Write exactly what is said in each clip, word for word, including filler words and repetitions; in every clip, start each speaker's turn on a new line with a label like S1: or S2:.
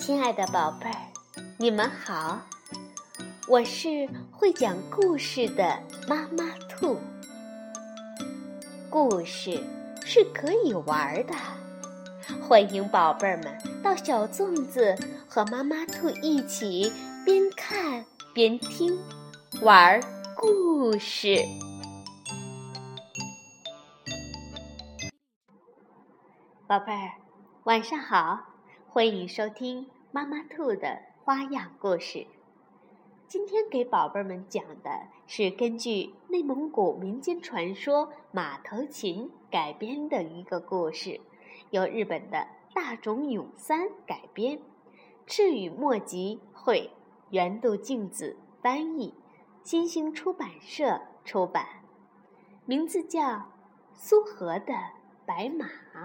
S1: 亲爱的宝贝儿，你们好，我是会讲故事的妈妈兔。故事是可以玩的，欢迎宝贝儿们到小粽子和妈妈兔一起边看边听，玩故事。宝贝儿，晚上好，欢迎收听妈妈兔的花样故事。今天给宝贝们讲的是根据内蒙古民间传说马头琴改编的一个故事，由日本的大冢永三改编，赤羽墨吉绘，原渡静子翻译，新兴出版社出版，名字叫《苏河的白马》。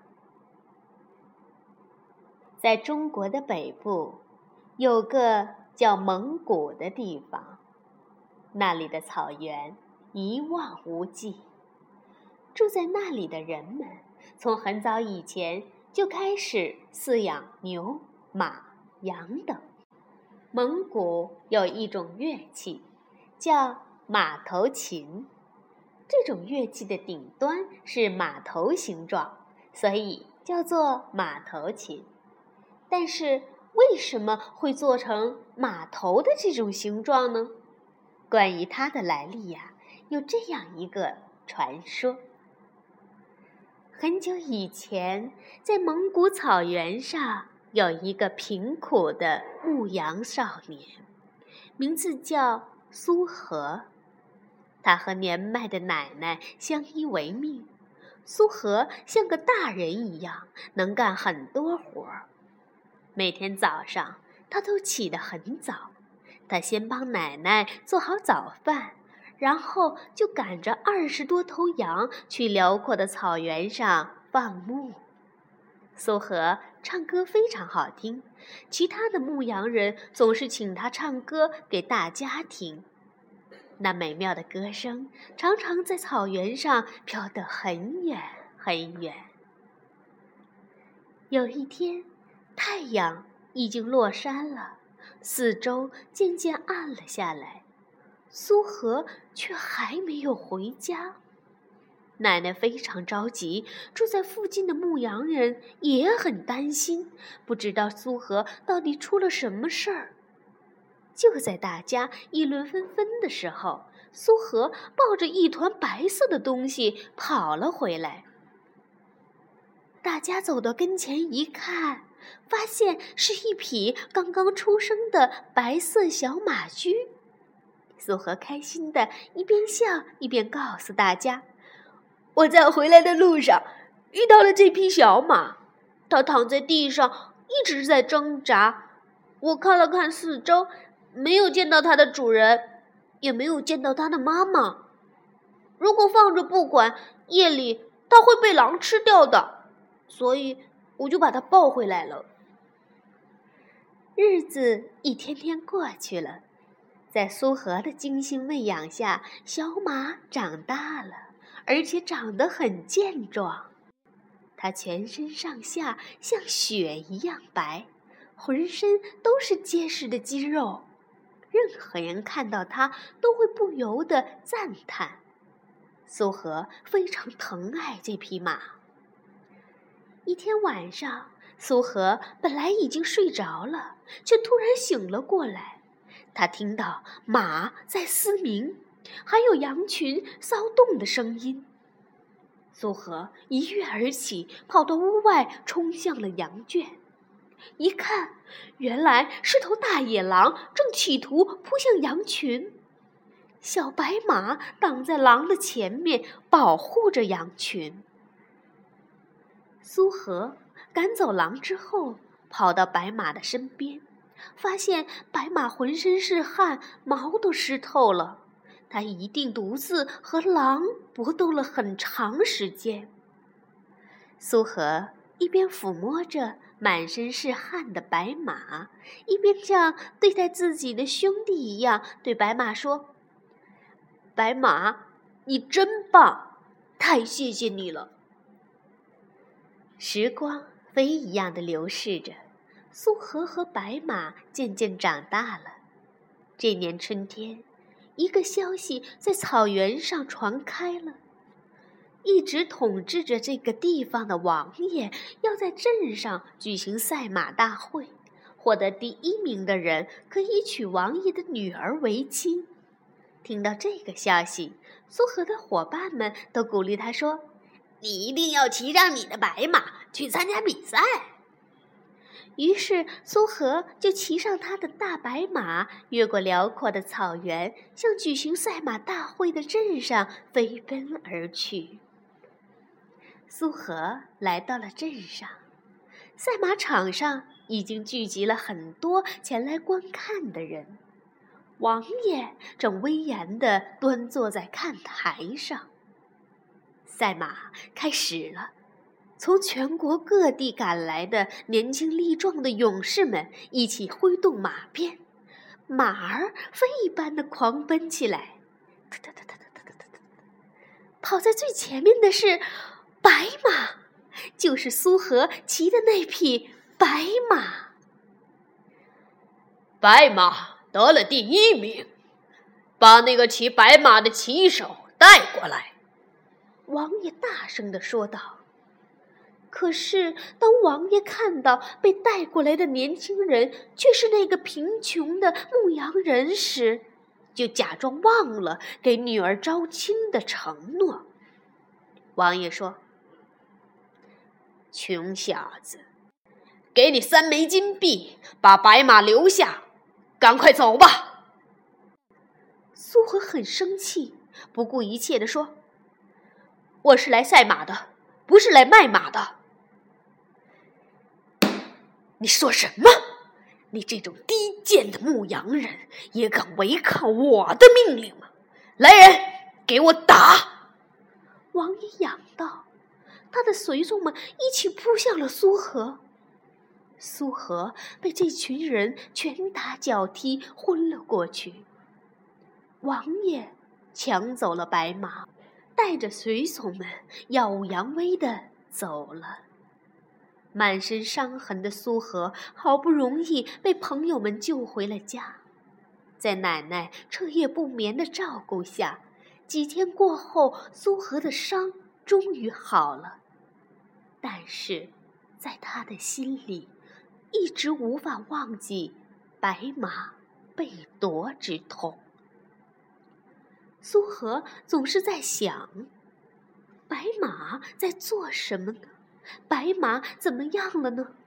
S1: 在中国的北部，有个叫蒙古的地方，那里的草原一望无际。住在那里的人们，从很早以前就开始饲养牛、马、羊等。蒙古有一种乐器，叫马头琴。这种乐器的顶端是马头形状，所以叫做马头琴。但是为什么会做成马头的这种形状呢？关于它的来历呀，有这样一个传说。很久以前，在蒙古草原上有一个贫苦的牧羊少年，名字叫苏河。他和年迈的奶奶相依为命。苏河像个大人一样，能干很多活儿。每天早上，他都起得很早。他先帮奶奶做好早饭，然后就赶着二十多头羊去辽阔的草原上放牧。苏河唱歌非常好听，其他的牧羊人总是请他唱歌给大家听。那美妙的歌声常常在草原上飘得很远很远。有一天，太阳已经落山了，四周渐渐暗了下来，苏河却还没有回家。奶奶非常着急，住在附近的牧羊人也很担心，不知道苏河到底出了什么事儿。就在大家议论纷纷的时候，苏河抱着一团白色的东西跑了回来。大家走到跟前一看，发现是一匹刚刚出生的白色小马驹。苏河开心地一边笑一边告诉大家，我在回来的路上遇到了这匹小马，它躺在地上一直在挣扎。我看了看四周，没有见到它的主人，也没有见到它的妈妈。如果放着不管，夜里它会被狼吃掉的，所以我就把它抱回来了。日子一天天过去了，在苏河的精心喂养下，小马长大了，而且长得很健壮。它全身上下像雪一样白，浑身都是结实的肌肉。任何人看到它都会不由得赞叹。苏河非常疼爱这匹马。一天晚上，苏河本来已经睡着了，却突然醒了过来。他听到马在嘶鸣，还有羊群骚动的声音。苏河一跃而起，跑到屋外，冲向了羊圈。一看，原来是头大野狼正企图扑向羊群。小白马挡在狼的前面，保护着羊群。苏河赶走狼之后，跑到白马的身边，发现白马浑身是汗，毛都湿透了。它一定独自和狼搏斗了很长时间。苏河一边抚摸着满身是汗的白马，一边像对待自己的兄弟一样对白马说，白马，你真棒，太谢谢你了。时光飞一样的流逝着， 苏和和白马渐渐长大了。这年春天，一个消息在草原上传开了，一直统治着这个地方的王爷要在镇上举行赛马大会，获得第一名的人可以娶王爷的女儿为妻。听到这个消息，苏和的伙伴们都鼓励他说：“你一定要骑上你的白马去参加比赛。”于是苏和就骑上他的大白马，越过辽阔的草原，向举行赛马大会的镇上飞奔而去。苏和来到了镇上，赛马场上已经聚集了很多前来观看的人。王爷正威严地端坐在看台上。赛马开始了，从全国各地赶来的年轻力壮的勇士们一起挥动马鞭，马儿飞一般的狂奔起来。跑在最前面的是白马，就是苏和骑的那匹白马。
S2: 白马得了第一名，把那个骑白马的骑手带过来。
S1: 王爷大声地说道。可是当王爷看到被带过来的年轻人却是那个贫穷的牧羊人时，就假装忘了给女儿招亲的承诺。王爷说：“
S2: 穷小子，给你三枚金币，把白马留下，赶快走吧。”
S1: 苏和很生气，不顾一切地说：“我是来赛马的，不是来卖马的。”
S2: 你说什么？你这种低贱的牧羊人也敢违抗我的命令吗？来人，给我打！
S1: 王爷嚷道，他的随从们一起扑向了苏和。苏和被这群人拳打脚踢，昏了过去。王爷抢走了白马，带着随从们耀武扬威地走了。满身伤痕的苏和好不容易被朋友们救回了家，在奶奶彻夜不眠的照顾下，几天过后，苏和的伤终于好了。但是在他的心里，一直无法忘记白马被夺之痛。苏和总是在想，白马在做什么呢？白马怎么样了呢？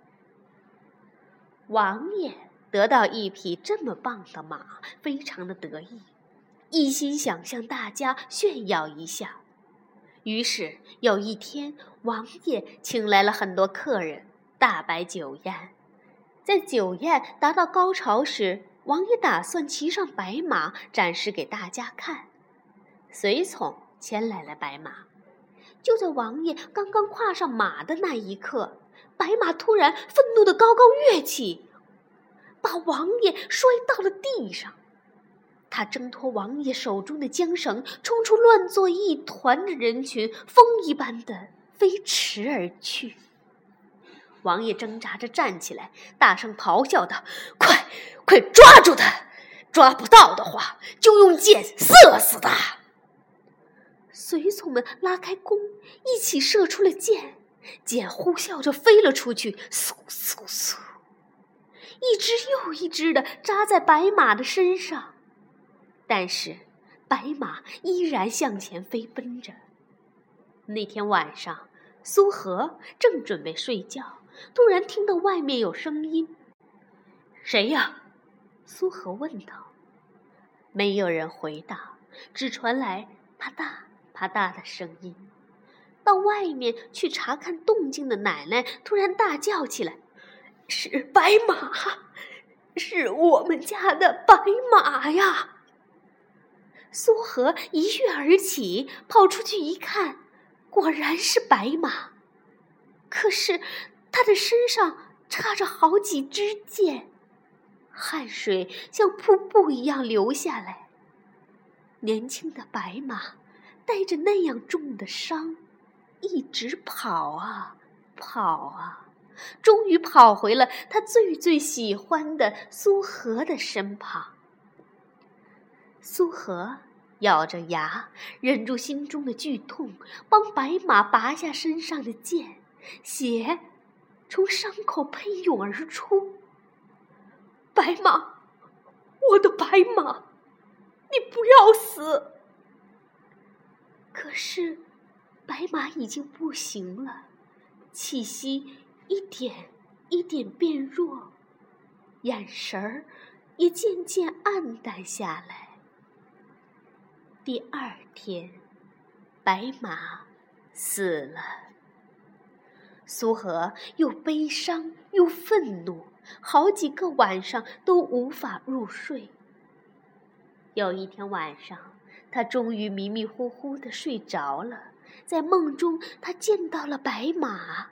S1: 王爷得到一匹这么棒的马，非常的得意，一心想向大家炫耀一下。于是有一天，王爷请来了很多客人，大摆酒宴。在酒宴达到高潮时，王爷打算骑上白马展示给大家看。随从牵来了白马。就在王爷刚刚跨上马的那一刻，白马突然愤怒地高高跃起，把王爷摔到了地上。他挣脱王爷手中的缰绳，冲出乱作一团的人群，风一般的飞驰而去。王爷挣扎着站起来，大声咆哮道：“快，快抓住他！抓不到的话，就用箭射死他！”随从们拉开弓，一起射出了箭，箭呼啸着飞了出去，嗖嗖嗖，一只又一只的扎在白马的身上。但是白马依然向前飞奔着。那天晚上，苏和正准备睡觉，突然听到外面有声音。“谁呀？”苏和问道。没有人回答，只传来啪嗒啪嗒的声音。到外面去查看动静的奶奶突然大叫起来：“是白马，是我们家的白马呀！”苏和一跃而起，跑出去一看，果然是白马。可是他的身上插着好几支箭，汗水像瀑布一样流下来。年轻的白马带着那样重的伤，一直跑啊跑啊， 终于跑回了他最最喜欢的苏荷的身旁。苏荷咬着牙，忍住心中的剧痛，帮白马拔下身上的剑，血从伤口喷涌而出。白马，我的白马，你不要死！可是白马已经不行了，气息一点一点变弱，眼神儿也渐渐暗淡下来。第二天，白马死了。苏荷又悲伤又愤怒，好几个晚上都无法入睡。有一天晚上，他终于迷迷糊糊地睡着了，在梦中他见到了白马。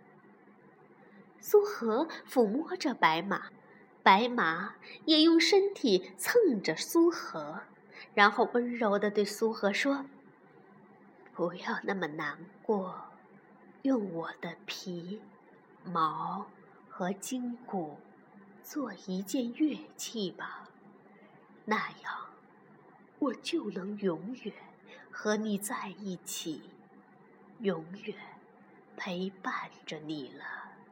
S1: 苏荷抚摸着白马，白马也用身体蹭着苏荷，然后温柔地对苏荷说：“不要那么难过，用我的皮、毛和筋骨做一件乐器吧，那样我就能永远和你在一起，永远陪伴着你了。”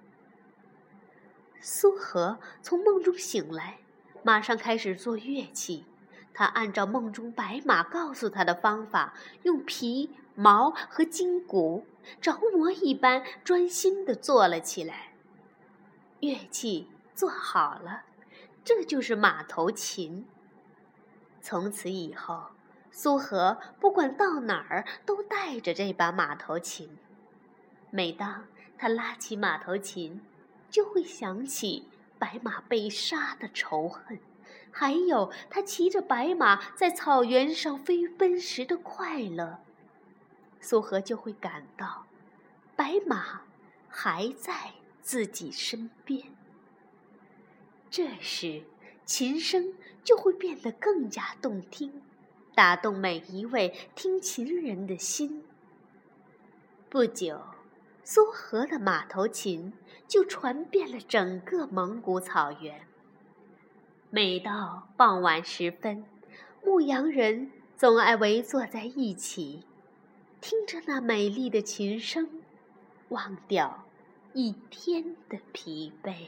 S1: 苏荷从梦中醒来，马上开始做乐器。他按照梦中白马告诉他的方法，用皮、毛和筋骨着魔一般专心地做了起来。乐器做好了，这就是马头琴。从此以后，苏荷不管到哪儿都带着这把马头琴。每当他拉起马头琴，就会想起白马被杀的仇恨，还有他骑着白马在草原上飞奔时的快乐。苏荷就会感到白马还在自己身边。这时琴声就会变得更加动听，打动每一位听琴人的心。不久，苏荷的马头琴就传遍了整个蒙古草原。每到傍晚时分，牧羊人总爱围坐在一起，听着那美丽的琴声，忘掉一天的疲惫。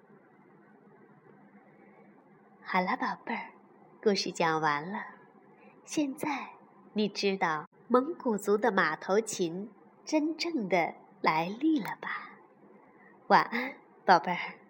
S1: 好了，宝贝儿，故事讲完了。现在你知道蒙古族的马头琴真正的来历了吧？晚安，宝贝儿。